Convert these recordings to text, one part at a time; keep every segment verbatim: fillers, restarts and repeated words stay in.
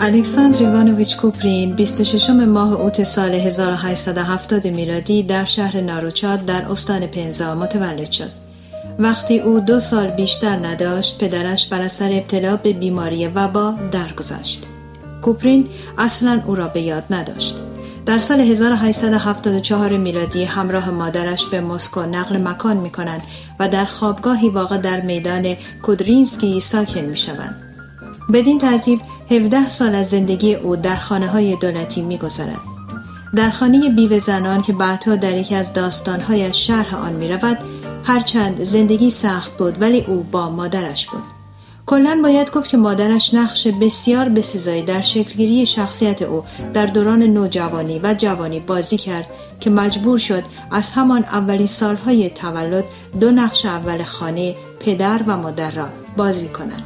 الکساندر ایوانوویچ کوپرین بیست و ششم ماه اوت سال هزار و هشتصد و هفتاد میلادی در شهر ناروچاد در استان پنزا متولد شد. وقتی او دو سال بیشتر نداشت، پدرش بر اثر ابتلا به بیماری وبا درگذشت. کوپرین اصلاً او را به یاد نداشت. در سال هزار و هشتصد و هفتاد و چهار میلادی همراه مادرش به مسکو نقل مکان می‌کنند و در خوابگاهی واقع در میدان کودرینسکی ساکن می‌شوند. بدین ترتیب هفده سال از زندگی او در خانه‌های دولتی می‌گذرد. در خانه بیوه زنان که بعدها در یکی از داستان‌هایش شرح آن می‌رود، هرچند زندگی سخت بود ولی او با مادرش بود. کلاً باید گفت که مادرش نقش بسیار بسزایی در شکلگیری شخصیت او در دوران نوجوانی و جوانی بازی کرد که مجبور شد از همان اولین سالهای تولد دو نقش اول خانه، پدر و مادر را بازی کند.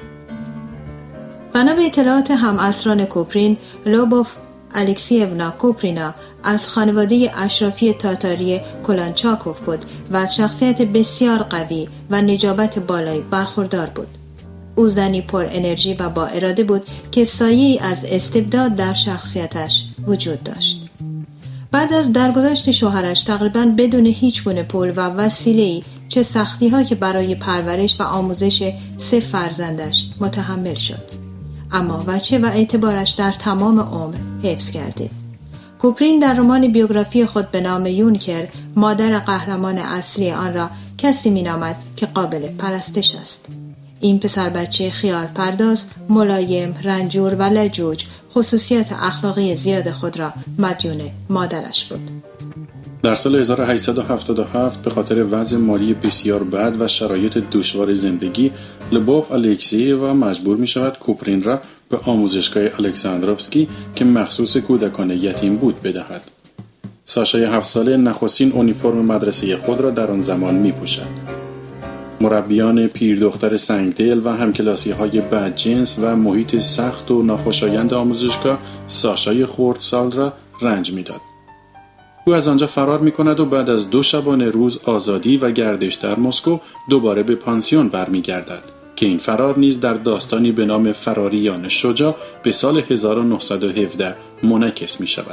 بنا به اطلاعات همعصران کوپرین، لوبوف الکسیونا کوپرینا از خانواده اشرافی تاتاری کلانچاکوف بود و از شخصیت بسیار قوی و نجابت بالایی برخوردار بود. او زنی پر انرژی و با اراده بود که سایه‌ای از استبداد در شخصیتش وجود داشت. بعد از درگذشت شوهرش تقریباً بدون هیچ گونه پول و وسیله‌ای چه سختی‌ها که برای پرورش و آموزش سه فرزندش متحمل شد. اما وجه و اعتبارش در تمام عمر حفظ گردید. کوپرین در رمان بیوگرافی خود به نام یونکر مادر قهرمان اصلی آن را کسی می‌نامد که قابل پرستش است. این پسر بچه خیال پرداز، ملایم، رنجور و لجوج خصوصیت اخلاقی زیاد خود را مدیون مادرش بود. در سال هزار و هشتصد و هفتاد و هفت به خاطر وضع مالی بسیار بد و شرایط دشوار زندگی، لوبوف الکسییووا مجبور می شود کوپرین را به آموزشگاه الکساندروفسکی که مخصوص کودکان یتیم بود بدهد. ساشای هفت ساله نخستین اونیفرم مدرسه خود را در آن زمان می پوشد. مربیان پیردختر سنگدل و همکلاسی های بدجنس و محیط سخت و ناخوشایند آموزشگاه ساشای خردسال را رنج می داد. او از آنجا فرار می کند و بعد از دو شبانه روز آزادی و گردش در مسکو دوباره به پانسیون برمی گردد که این فرار نیز در داستانی به نام فراریان شجاع به سال هزار و نهصد و هفده منعکس می شود.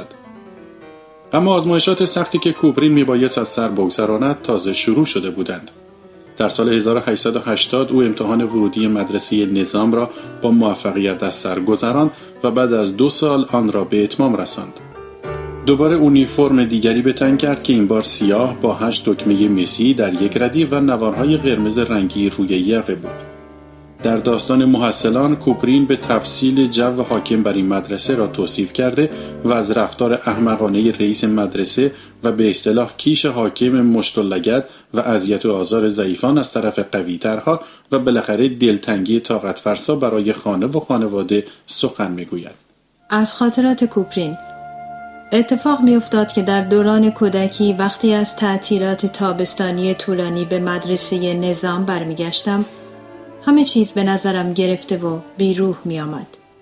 اما آزمایشات سختی که کوپرین می بایست از سر بگذراند تازه شروع شده بودند. در سال هزار و هشتصد و هشتاد او امتحان ورودی مدرسه نظام را با موفقیت از سر گذراند و بعد از دو سال آن را به اتمام رساند. دوباره اونیفرم دیگری به تن کرد که این بار سیاه با هشت دکمه مسی در یک ردیف و نوارهای قرمز رنگی روی یقه بود. در داستان محصلان کوپرین به تفصیل جو حاکم بر این مدرسه را توصیف کرده و از رفتار احمقانه رئیس مدرسه و به اصطلاح کیش حاکم مشت‌اللگد و اذیت و آزار ضعیفان از طرف قوی‌ترها و بالاخره دلتنگی طاقت فرسا برای خانه و خانواده سخن می‌گوید. از خاطرات کوپرین: اتفاق می افتاد که در دوران کودکی وقتی از تعطیلات تابستانی طولانی به مدرسه نظام برمیگشتم، همه چیز به نظرم گرفته و بی روح می آمد.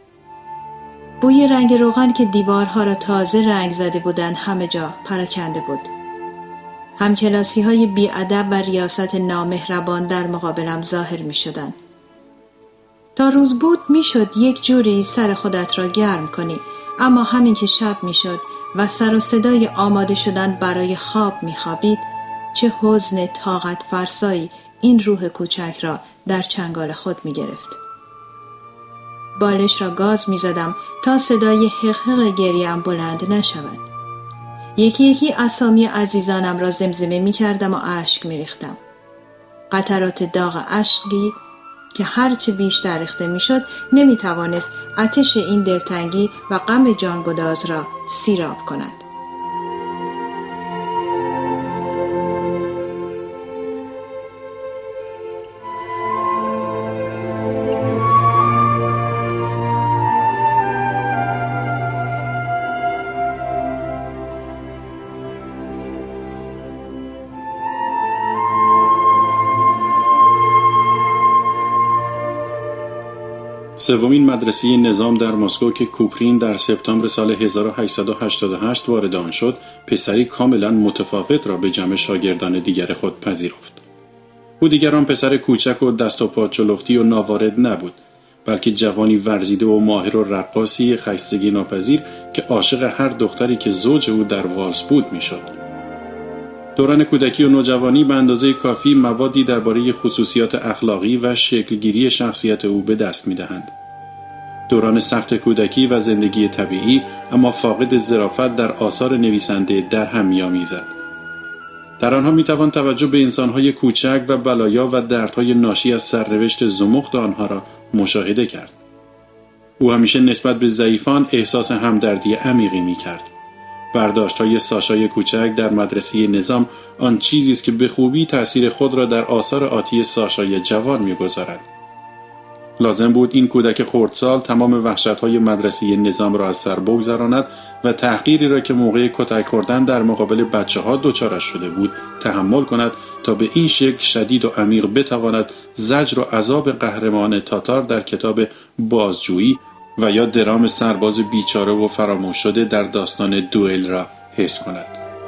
بوی رنگ روغن که دیوارها را تازه رنگ زده بودند همه جا پراکنده بود. همکلاسی های بی ادب و ریاست نامهربان در مقابلم ظاهر می شدند. تا روز بود می شد یک جوری سر خودت را گرم کنی، اما همین که شب می شد و سر و صدای آماده شدن برای خواب می خوابید، چه حزن طاقت فرسایی این روح کوچک را در چنگال خود می گرفت. بالش را گاز می زدم تا صدای حقحق گریم بلند نشود. یکی یکی اسامی عزیزانم را زمزمه می کردم و اشک می ریختم. قطرات داغ اشکی که هرچه بیشتر ریخته می شد نمی توانست آتش این دلتنگی و غم جانگداز را سیراب کند. سومین مدرسه نظام در مسکو که کوپرین در سپتامبر سال هزار و هشتصد و هشتاد و هشت وارد آن شد، پسری کاملا متفاوت را به جمع شاگردان دیگر خود پذیرفت. او دیگر آن پسر کوچک و دست و پا چلفتی و ناوارد نبود، بلکه جوانی ورزیده و ماهر و رقاصی خستگی ناپذیر که عاشق هر دختری که زوج او در والس بود میشد. دوران کودکی و نوجوانی به اندازه کافی موادی درباره خصوصیات اخلاقی و شکلگیری شخصیت او به دست می‌دهند. دوران سخت کودکی و زندگی طبیعی اما فاقد ظرافت در آثار نویسنده در هم می‌آمیزد. در آنها می‌توان توجه به انسان‌های کوچک و بلایا و دردهای ناشی از سرنوشت زمخت آنها را مشاهده کرد. او همیشه نسبت به ضعیفان احساس همدردی عمیقی می‌کرد. برداشت‌های ساشای کوچک در مدرسه نظام آن چیزی است که به خوبی تأثیر خود را در آثار آتی ساشای جوان می‌گذارد. لازم بود این کودک خردسال تمام وحشت‌های مدرسه نظام را از سر بگذراند و تحقیری را که موقع کتک خوردن در مقابل بچه‌ها دچارش شده بود تحمل کند تا به این شکل شدید و عمیق بتواند زجر و عذاب قهرمان تاتار در کتاب بازجویی و یا درام سرباز بیچاره و فراموش شده در داستان دوئل را حس کند.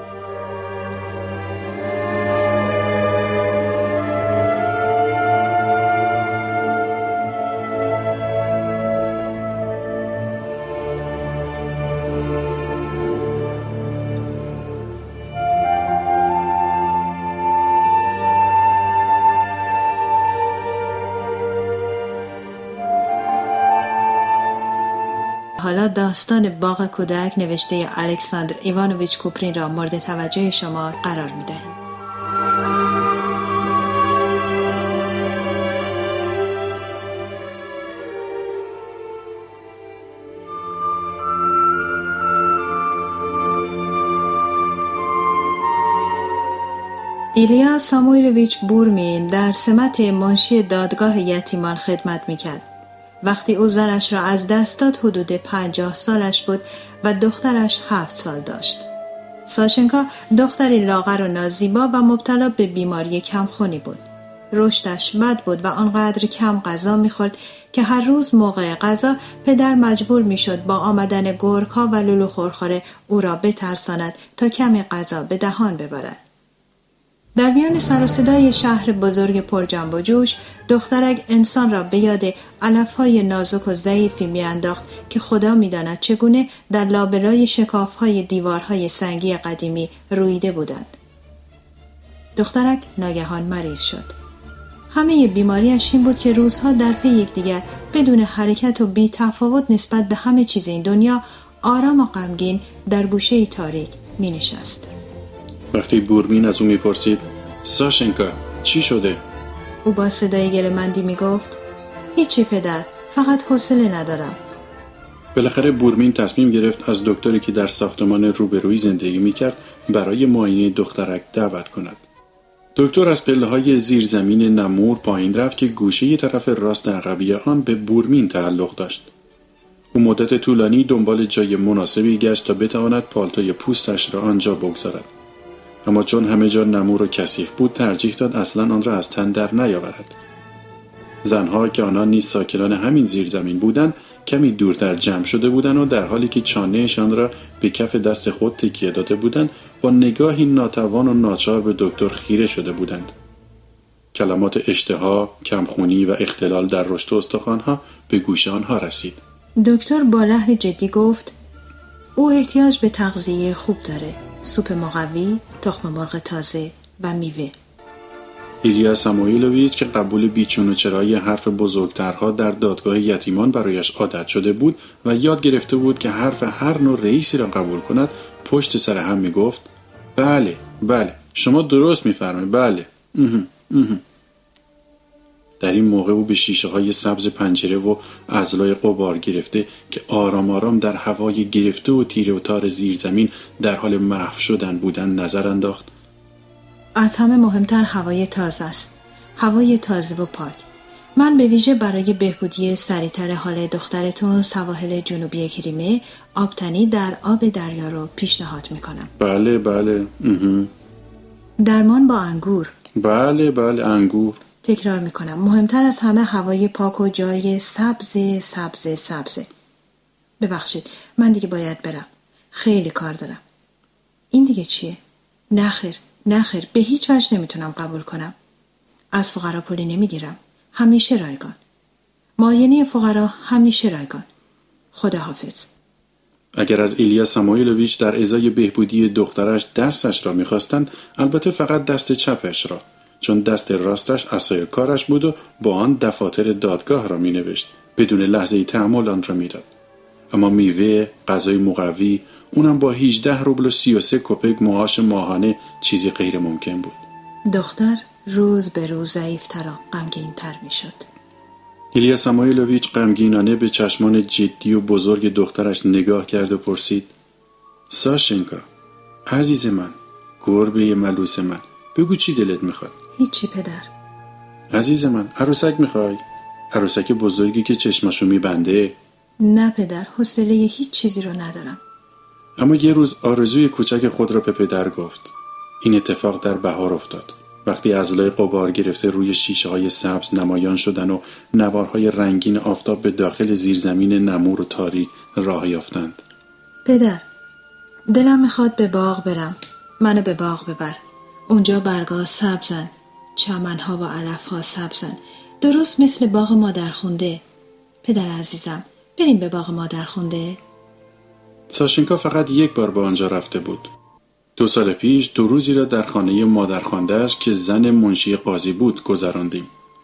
حالا داستان باغ کودک نوشته الکساندر ایوانوویچ کوپرین را مورد توجه شما قرار می‌دهیم. ایلیا ساموئیلویچ بورمین در سمت منشی دادگاه یتیمان خدمت می‌کرد. وقتی او زنش را از دست داد حدود پنجاه سالش بود و دخترش هفت سال داشت. ساشنکا دختری لاغر و نازیبا و مبتلا به بیماری کمخونی بود. رشدش بد بود و آنقدر کم غذا می‌خورد که هر روز موقع غذا پدر مجبور می‌شد با آمدن گرگ‌ها و لولو خورخوره او را بترساند تا کمی غذا به دهان ببرد. در میان سر و صدای شهر بزرگ پر جنب و جوش، دخترک انسان را به یاد علف‌های نازک و ضعیفی می‌انداخت که خدا می‌داند چگونه در لابلای شکاف‌های دیوارهای سنگی قدیمی رویده بودند. دخترک ناگهان مریض شد. همه بیماریش این بود که روزها در پی یکدیگر بدون حرکت و بی تفاوت نسبت به همه چیز این دنیا آرام و غمگین در گوشه تاریک می‌نشست. وقتی بورمین از او میپرسید ساشنکا چی شده؟ او با صدای گله‌مندی میگفت هیچی پدر، فقط حوصله ندارم. بالاخره بورمین تصمیم گرفت از دکتری که در ساختمان روبروی زندگی میکرد برای معاینه دخترک دعوت کند. دکتر از پله‌های زیرزمین نمور پایین رفت که گوشه طرف راست عقبی آن به بورمین تعلق داشت. او مدت طولانی دنبال جای مناسبی گشت تا بتواند پالتوی پوستش را آنجا بگذارد. اما چون همه جا نمور و کثیف بود ترجیح داد اصلا آن را از تن در نیاورد. زنها که آنها نیز ساکنان همین زیرزمین بودند کمی دورتر جمع شده بودند و در حالی که چانه‌شان را به کف دست خود تکیه داده بودند با نگاهی ناتوان و ناچار به دکتر خیره شده بودند. کلمات اشتها، کمخونی و اختلال در رشد استخوان‌ها به گوش آنها رسید. دکتر با لحن جدی گفت او احتیاج به تغذیه خوب داره. سوپ مقوی، تخم مرغ تازه و میوه. ایلیا ساموئیلوویچ که قبول بیچون و چرایی حرف بزرگترها در دادگاه یتیمان برایش عادت شده بود و یاد گرفته بود که حرف هر نوع رئیسی را قبول کند، پشت سر هم می گفت بله بله شما درست می فرمایید بله امه امه. در این موقع او به شیشه های سبز پنجره و اضلاع غبار گرفته که آرام آرام در هوای گرفته و تیره و تار زیر زمین در حال محو شدن بودن نظر انداخت. از همه مهمتر هوای تازه است. هوای تازه و پاک. من به ویژه برای بهبودی سریعتر حال دخترتون سواحل جنوبی کریمه آبتنی در آب دریا رو پیشنهاد میکنم. بله بله امه. درمان با انگور. بله بله انگور. تکرار میکنم مهمتر از همه هوای پاک و جای سبز سبز سبز. ببخشید من دیگه باید برم. خیلی کار دارم. این دیگه چیه؟ نخیر نخیر به هیچ وجه نمیتونم قبول کنم. از فقرا پولی نمیگیرم. همیشه رایگان. معاینه فقرا همیشه رایگان. خداحافظ. اگر از ایلیا ساموئیلویچ در ازای بهبودی دخترش دستش را می‌خواستند، البته فقط دست چپش را، چون دست راستش عصای کارش بود و با آن دفاتر دادگاه را می‌نوشت. بدون لحظه‌ای تأمل آن را می‌داد. اما میوه، غذای مقوی، اونم با هجده روبل و سی و سه کپک معاش ماهانه چیزی غیر ممکن بود. دختر روز به روز ضعیف‌تر و غمگین‌تر می‌شد. ایلیا ساموئیلویچ غمگینانه به چشمان جدی و بزرگ دخترش نگاه کرد و پرسید: ساشنکا، عزیز من، گربه ملوس من، بگو چی دلت میخواد؟ هیچی پدر. عزیز من، عروسک میخوای؟ عروسک بزرگی که چشماشو میبنده؟ نه پدر، حوصله هیچ چیزی رو ندارم. اما یه روز آرزوی کوچک خود را به پدر گفت. این اتفاق در بهار افتاد، وقتی اعضای غبار گرفته روی شیشه های سبز نمایان شدن و نوارهای رنگین آفتاب به داخل زیرزمین نمور و تاریک راه یافتند. پدر، دلم میخواد به باغ برم. منو به باغ ببر. اونجا برگا سبزن، چمنها و علفها سبزن، درست مثل باغ مادرخونده. پدر عزیزم، بریم به باغ مادرخونده؟ ساشنکا فقط یک بار به آنجا رفته بود. دو سال پیش دو روزی را در خانه مادرخوانده‌اش که زن منشی قاضی بود گذراندیم.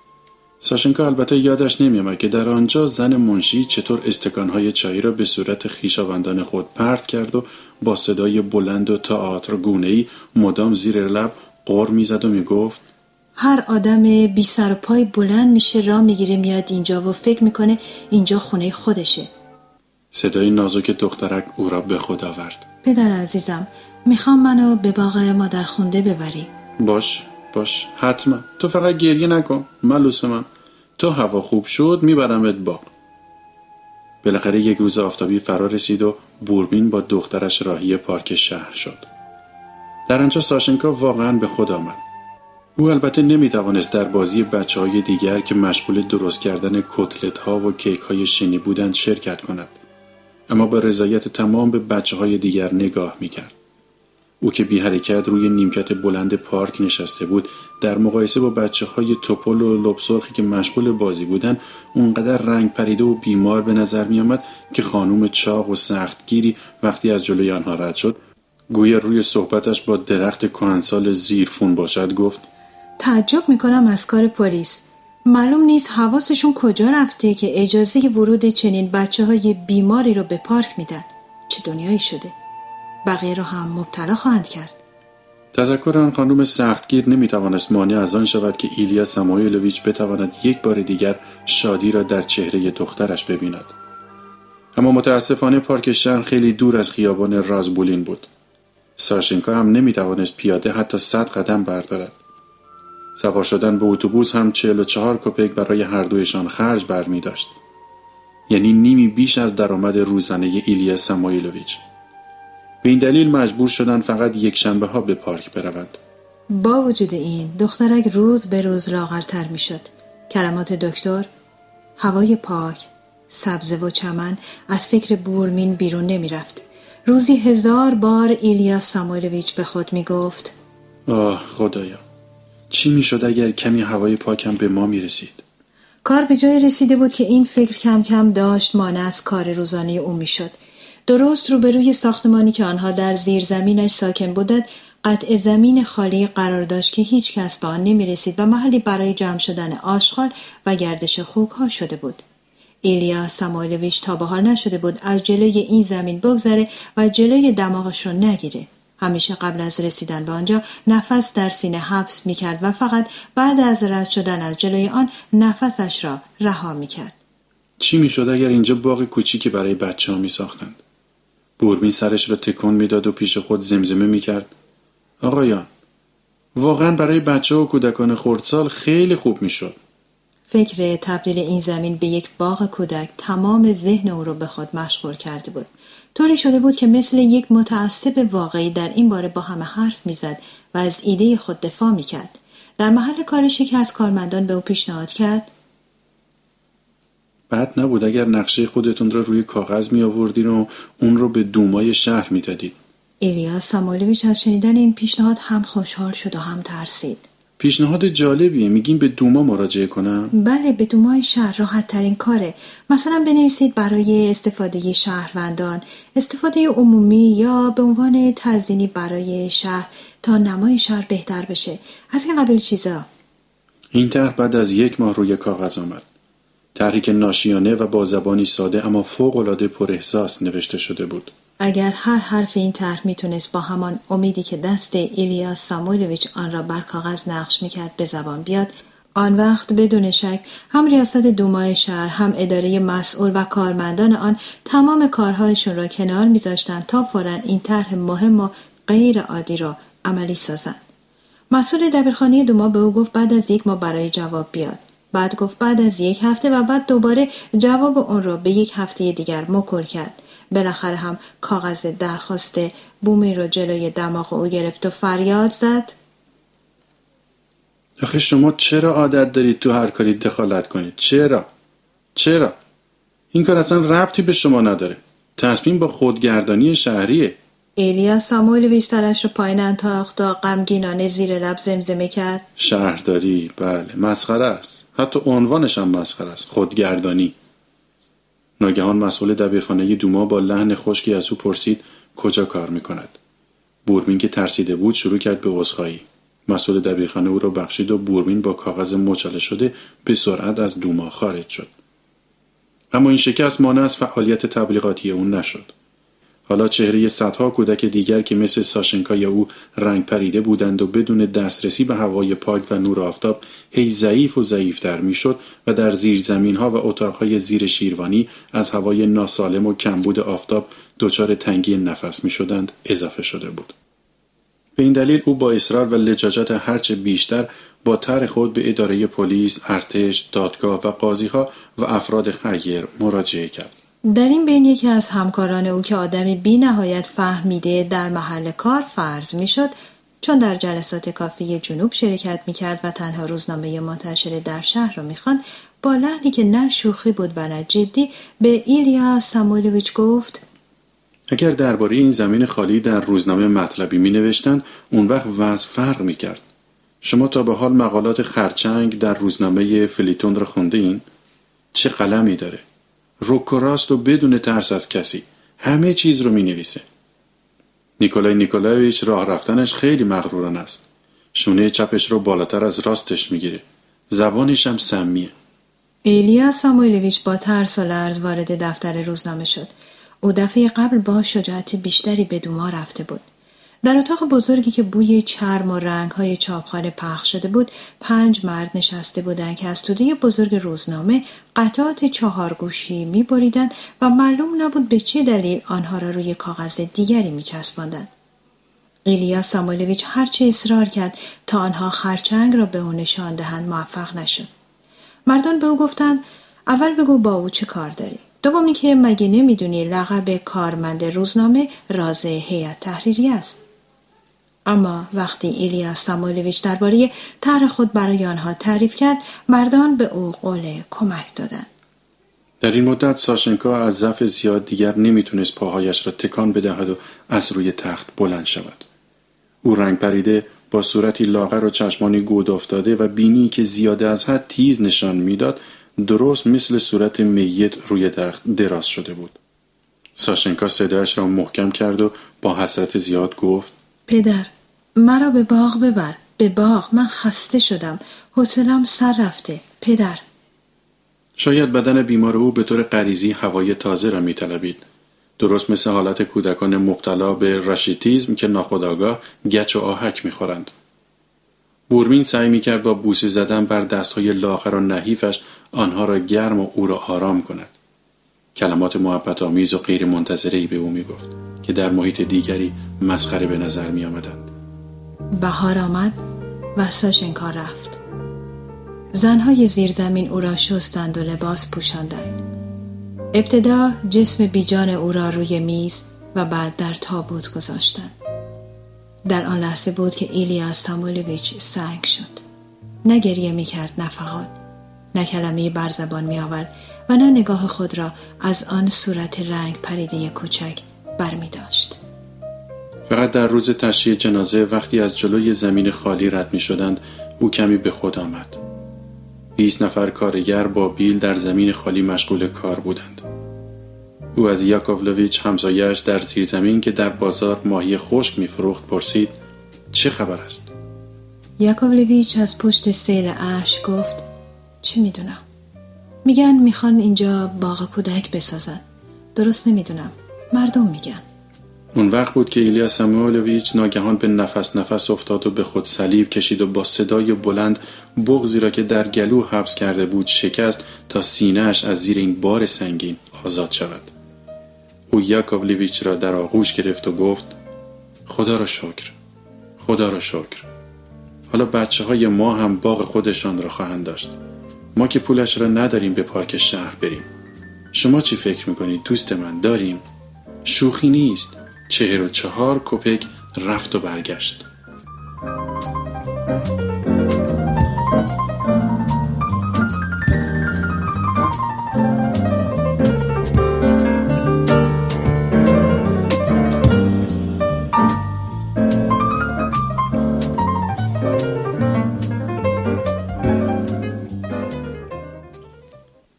ساشنکا البته یادش نمی‌آمد که در آنجا زن منشی چطور استکان‌های چای را به صورت خویشاوندان خود پرت کرد و با صدای بلند و تئاتر گونه‌ای مدام زیر لب غر می‌زد و می‌گفت: هر آدم بی سر و پای بلند میشه، راه میگیره میاد اینجا و فکر میکنه اینجا خونه خودشه. صدای نازک دخترک او را به خود آورد. پدر عزیزم، میخوام منو به باغ مادرخونده ببری. باش باش حتما. تو فقط گریه نکن ملوس من. تو هوا خوب شد میبرمت باغ. بالاخره یک روز آفتابی فرا رسید و بورمین با دخترش راهی پارک شهر شد. در آنجا ساشنکا واقعا به خود آمد. او البته نمیتوانست در بازی بچه های دیگر که مشغول درست کردن کتلت ها و کیک های شنی بودند شرکت کند، اما با رضایت تمام به بچه های دیگر نگاه میکرد. او که بی حرکت روی نیمکت بلند پارک نشسته بود، در مقایسه با بچه های توپل و لبسرخی که مشغول بازی بودند اونقدر رنگ پریده و بیمار به نظر می آمد که خانوم چاق و سختگیری وقتی از جلوی آنها رد شد، گویا روی صحبتش با درخت کهنسال زیرفون باشد، گفت: تعجب میکنم از کار پلیس. معلوم نیست حواسشون کجا رفته که اجازه ورود چنین بچه های بیماری رو به پارک میدن. چه دنیایی شده؟ بقیه رو هم مبتلا خواهند کرد. تذکر آن خانم سختگیر نمیتوانست مانع از آن شود که ایلیا ساموئیلویچ بتواند یک بار دیگر شادی را در چهره دخترش ببیند. اما متاسفانه پارک شهر خیلی دور از خیابان رازبولین بود. ساشنکا هم نمیتوانست پیاده حتی صد قدم بردارد. سوار شدن به اتوبوس هم چهل و چهار کپک برای هر دویشان خرج برمی داشت. یعنی نیمی بیش از درآمد روزانه ایلیا ساموئیلویچ. به این دلیل مجبور شدن فقط یک شنبه ها به پارک بروند. با وجود این دخترک روز به روز لاغرتر می شد. کلمات دکتر، هوای پاک، سبزه و چمن از فکر بورمین بیرون نمی رفت. روزی هزار بار ایلیا ساموئیلویچ به خود می گفت: آه خدایا، چی می شد اگر کمی هوای پاکم به ما می رسید؟ کار به جای رسیده بود که این فکر کم کم داشت مانع از کار روزانه او می شد. درست روبروی ساختمانی که آنها در زیر زمینش ساکن بودند، قطع زمین خالی قرار داشت که هیچ کس به آن نمی رسید و محلی برای جمع شدن آشغال و گردش خوک ها شده بود. ایلیا ساموئیلویچ تا به حال نشده بود از جلوی این زمین بگذره و جلوی دماغش رو نگیره. همیشه قبل از رسیدن به آنجا نفس در سینه حبس می کرد و فقط بعد از رد شدن از جلوی آن نفسش را رها می کرد. چی می شد اگر اینجا باغ کوچیکی برای بچه ها می ساختند؟ بورمین سرش را تکون می داد و پیش خود زمزمه می کرد: آقایان، واقعا برای بچه ها و کودکان خردسال خیلی خوب می شد. فکر تبدیل این زمین به یک باغ کودک تمام ذهن او را به خود مشغول کرده بود. طوری شده بود که مثل یک متعصب واقعی در این باره با همه حرف میزد و از ایده خود دفاع میکرد. در محل کارش یکی از کارمندان به او پیشنهاد کرد: بد نبود اگر نقشه خودتون را روی کاغذ می آوردین و اون رو به دومای شهر می دادید. ایلیا ساموئیلویچ از شنیدن این پیشنهاد هم خوشحال شد و هم ترسید. پیشنهاد جالبیه. میگین به دوما مراجعه کنم؟ بله، به دومای شهر راحت ترین کاره. مثلا بنویسید برای استفاده شهروندان، استفاده عمومی یا به عنوان تزیینی برای شهر تا نمای شهر بهتر بشه. از این قبیل چیزا. این طرح بعد از یک ماه روی کاغذ آمد. طرحی که ناشیانه و با زبانی ساده اما فوق‌العاده پر احساس نوشته شده بود. اگر هر حرف این طرح میتونست با همان امیدی که دست ایلیاس سامویلویچ آن را بر کاغذ نقش میکرد به زبان بیاد، آن وقت بدون شک هم ریاست دومای شهر هم اداره مسئول و کارمندان آن تمام کارهایشون را کنار میذاشتند تا فوراً این طرح مهم و غیر عادی را عملی سازند. مسئول دبیرخانه دوما به او گفت بعد از یک ماه برای جواب بیاد. بعد گفت بعد از یک هفته و بعد دوباره جواب اون را به یک هفته دیگر موکول کرد. بالاخره هم کاغذ درخواست بومی رو جلوی دماغ او گرفت و فریاد زد: آخه شما چرا عادت دارید تو هر کاری دخالت کنید؟ چرا؟ چرا؟ این کار اصلا ربطی به شما نداره. تصمیم با خودگردانی شهریه. ایلیاس سامویلویچ سرش رو پایین انداخت و غمگینانه زیر لب زمزمه کرد: شهرداری، بله، مسخره است. حتی عنوانش هم مسخره است. خودگردانی. ناگهان مسئول دبیرخانه دوما با لحن خشکی از او پرسید کجا کار میکند. بورمین که ترسیده بود شروع کرد به عذرخواهی. مسئول دبیرخانه او را بخشید و بورمین با کاغذ مچاله شده به سرعت از دوما خارج شد. اما این شکست مانع از فعالیت تبلیغاتی او نشد. حالا چهره صدها کودک دیگر که مثل ساشنکا یا او رنگ پریده بودند و بدون دسترسی به هوای پاک و نور آفتاب هی ضعیف و ضعیفتر میشد و در زیرزمین‌ها و اتاق‌های زیر شیروانی از هوای ناسالم و کمبود آفتاب دچار تنگی نفس میشدند اضافه شده بود. به این دلیل او با اصرار و لجاجت هرچه بیشتر با طرح خود به اداره پلیس، ارتش، دادگاه و قاضی‌ها و افراد خیر مراجعه کرد. در این بین یکی از همکاران او که آدمی بی نهایت فهمیده در محل کار فرض می شد، چون در جلسات کافه جنوب شرکت می کرد و تنها روزنامه منتشر در شهر را می خواند، با لحنی که نه شوخی بود و نه جدی به ایلیاس سامویلویچ گفت: اگر درباره این زمین خالی در روزنامه مطلبی می نوشتند، اون وقت وضع فرق می کرد. شما تا به حال مقالات خرچنگ در روزنامه فلیتون را خونده این؟ چه قلمی داره؟ روک و راست و بدون ترس از کسی همه چیز رو می نویسه. نیکولای نیکولایویچ راه رفتنش خیلی مغرورانه است. شونه چپش رو بالاتر از راستش می گیره. زبانش هم سمیه. ایلیاس سامویلویچ با ترس و لرز وارد دفتر روزنامه شد. او دفعه قبل با شجاعت بیشتری به دوما رفته بود. در اتاق بزرگی که بوی چرم و رنگ‌های چاپخانه پخش شده بود، پنج مرد نشسته بودند که از توده بزرگ روزنامه قطعات چهارگوشی می‌بریدند و معلوم نبود به چه دلیل آنها را روی کاغذ دیگری می‌چسباندند. ایلیاس سامویلویچ هرچه اصرار کرد تا آنها خرچنگ را به او نشان دهند موفق نشد. مردان به او گفتند: اول بگو با او چه کار داری؟ دومی که مگه نمی‌دونی لقب کارمند روزنامه راز هیئت تحریریه است؟ اما وقتی ایلیاس سامویلویچ درباره طرح خود برای آنها تعریف کرد، مردان به او قول کمک دادند. در این مدت ساشنکا از ضعف زیاد دیگر نمیتونست پاهایش را تکان بدهد و از روی تخت بلند شود. او رنگ پریده با صورتی لاغر و چشمانی گود افتاده و بینی که زیاده از حد تیز نشان میداد، درست مثل صورت میت روی درخت دراز شده بود. ساشنکا صدایش را محکم کرد و با حسرت زیاد گفت: پدر، مرا به باغ ببر، به باغ، من خسته شدم، حوصله‌ام سر رفته، پدر. شاید بدن بیمار او به طور غریزی هوای تازه را می‌طلبید، درست مثل حالت کودکان مبتلا به راشیتیسم که ناخودآگاه گچ و آهک می‌خورند. بورمین سعی می‌کرد با بوسه زدن بر دست‌های لاغر و نحیفش آنها را گرم و او را آرام کند. کلمات محبت‌آمیز و غیر منتظره‌ای به او می‌گفت که در محیط دیگری مسخره به نظر می‌آمدند. بهار آمد و ساشنکا رفت. زنهای زیر زمین او را شستند و لباس پوشاندند. ابتدا جسم بیجان او را روی میز و بعد در تابوت گذاشتند. در آن لحظه بود که ایلیاس سامویلویچ سنگ شد. نه گریه می‌کرد نه فغان، نه کلمه‌ای بر زبان می‌آورد و نه نگاه خود را از آن صورت رنگ پریده کوچک برمی داشت. فقط در روز تشییع جنازه وقتی از جلوی زمین خالی رد می شدند او کمی به خود آمد. بیست نفر کارگر با بیل در زمین خالی مشغول کار بودند. او از یاکوولویچ همسایه‌اش در زیرزمین که در بازار ماهی خشک می‌فروخت پرسید چه خبر است؟ یاکوولویچ از پشت سیل اشک گفت چی میدونم؟ میگن میخوان اینجا باغ کودک بسازن. درست نمیدونم. مردم میگن. اون وقت بود که ایلیا ساموئلویچ ناگهان به نفس نفس افتاد و به خود صلیب کشید و با صدای بلند بغضی را که در گلو حبس کرده بود شکست تا سینه‌اش از زیر این بار سنگین آزاد شود. او یاکوولویچ را در آغوش گرفت و گفت خدا را شکر، خدا را شکر. حالا بچه های ما هم باغ خودشان را خواهند داشت. ما که پولش را نداریم به پارک شهر بریم. شما چی فکر میکنید دوست من؟ داریم؟ شوخی نیست. چهر و چهار کپک رفت و برگشت.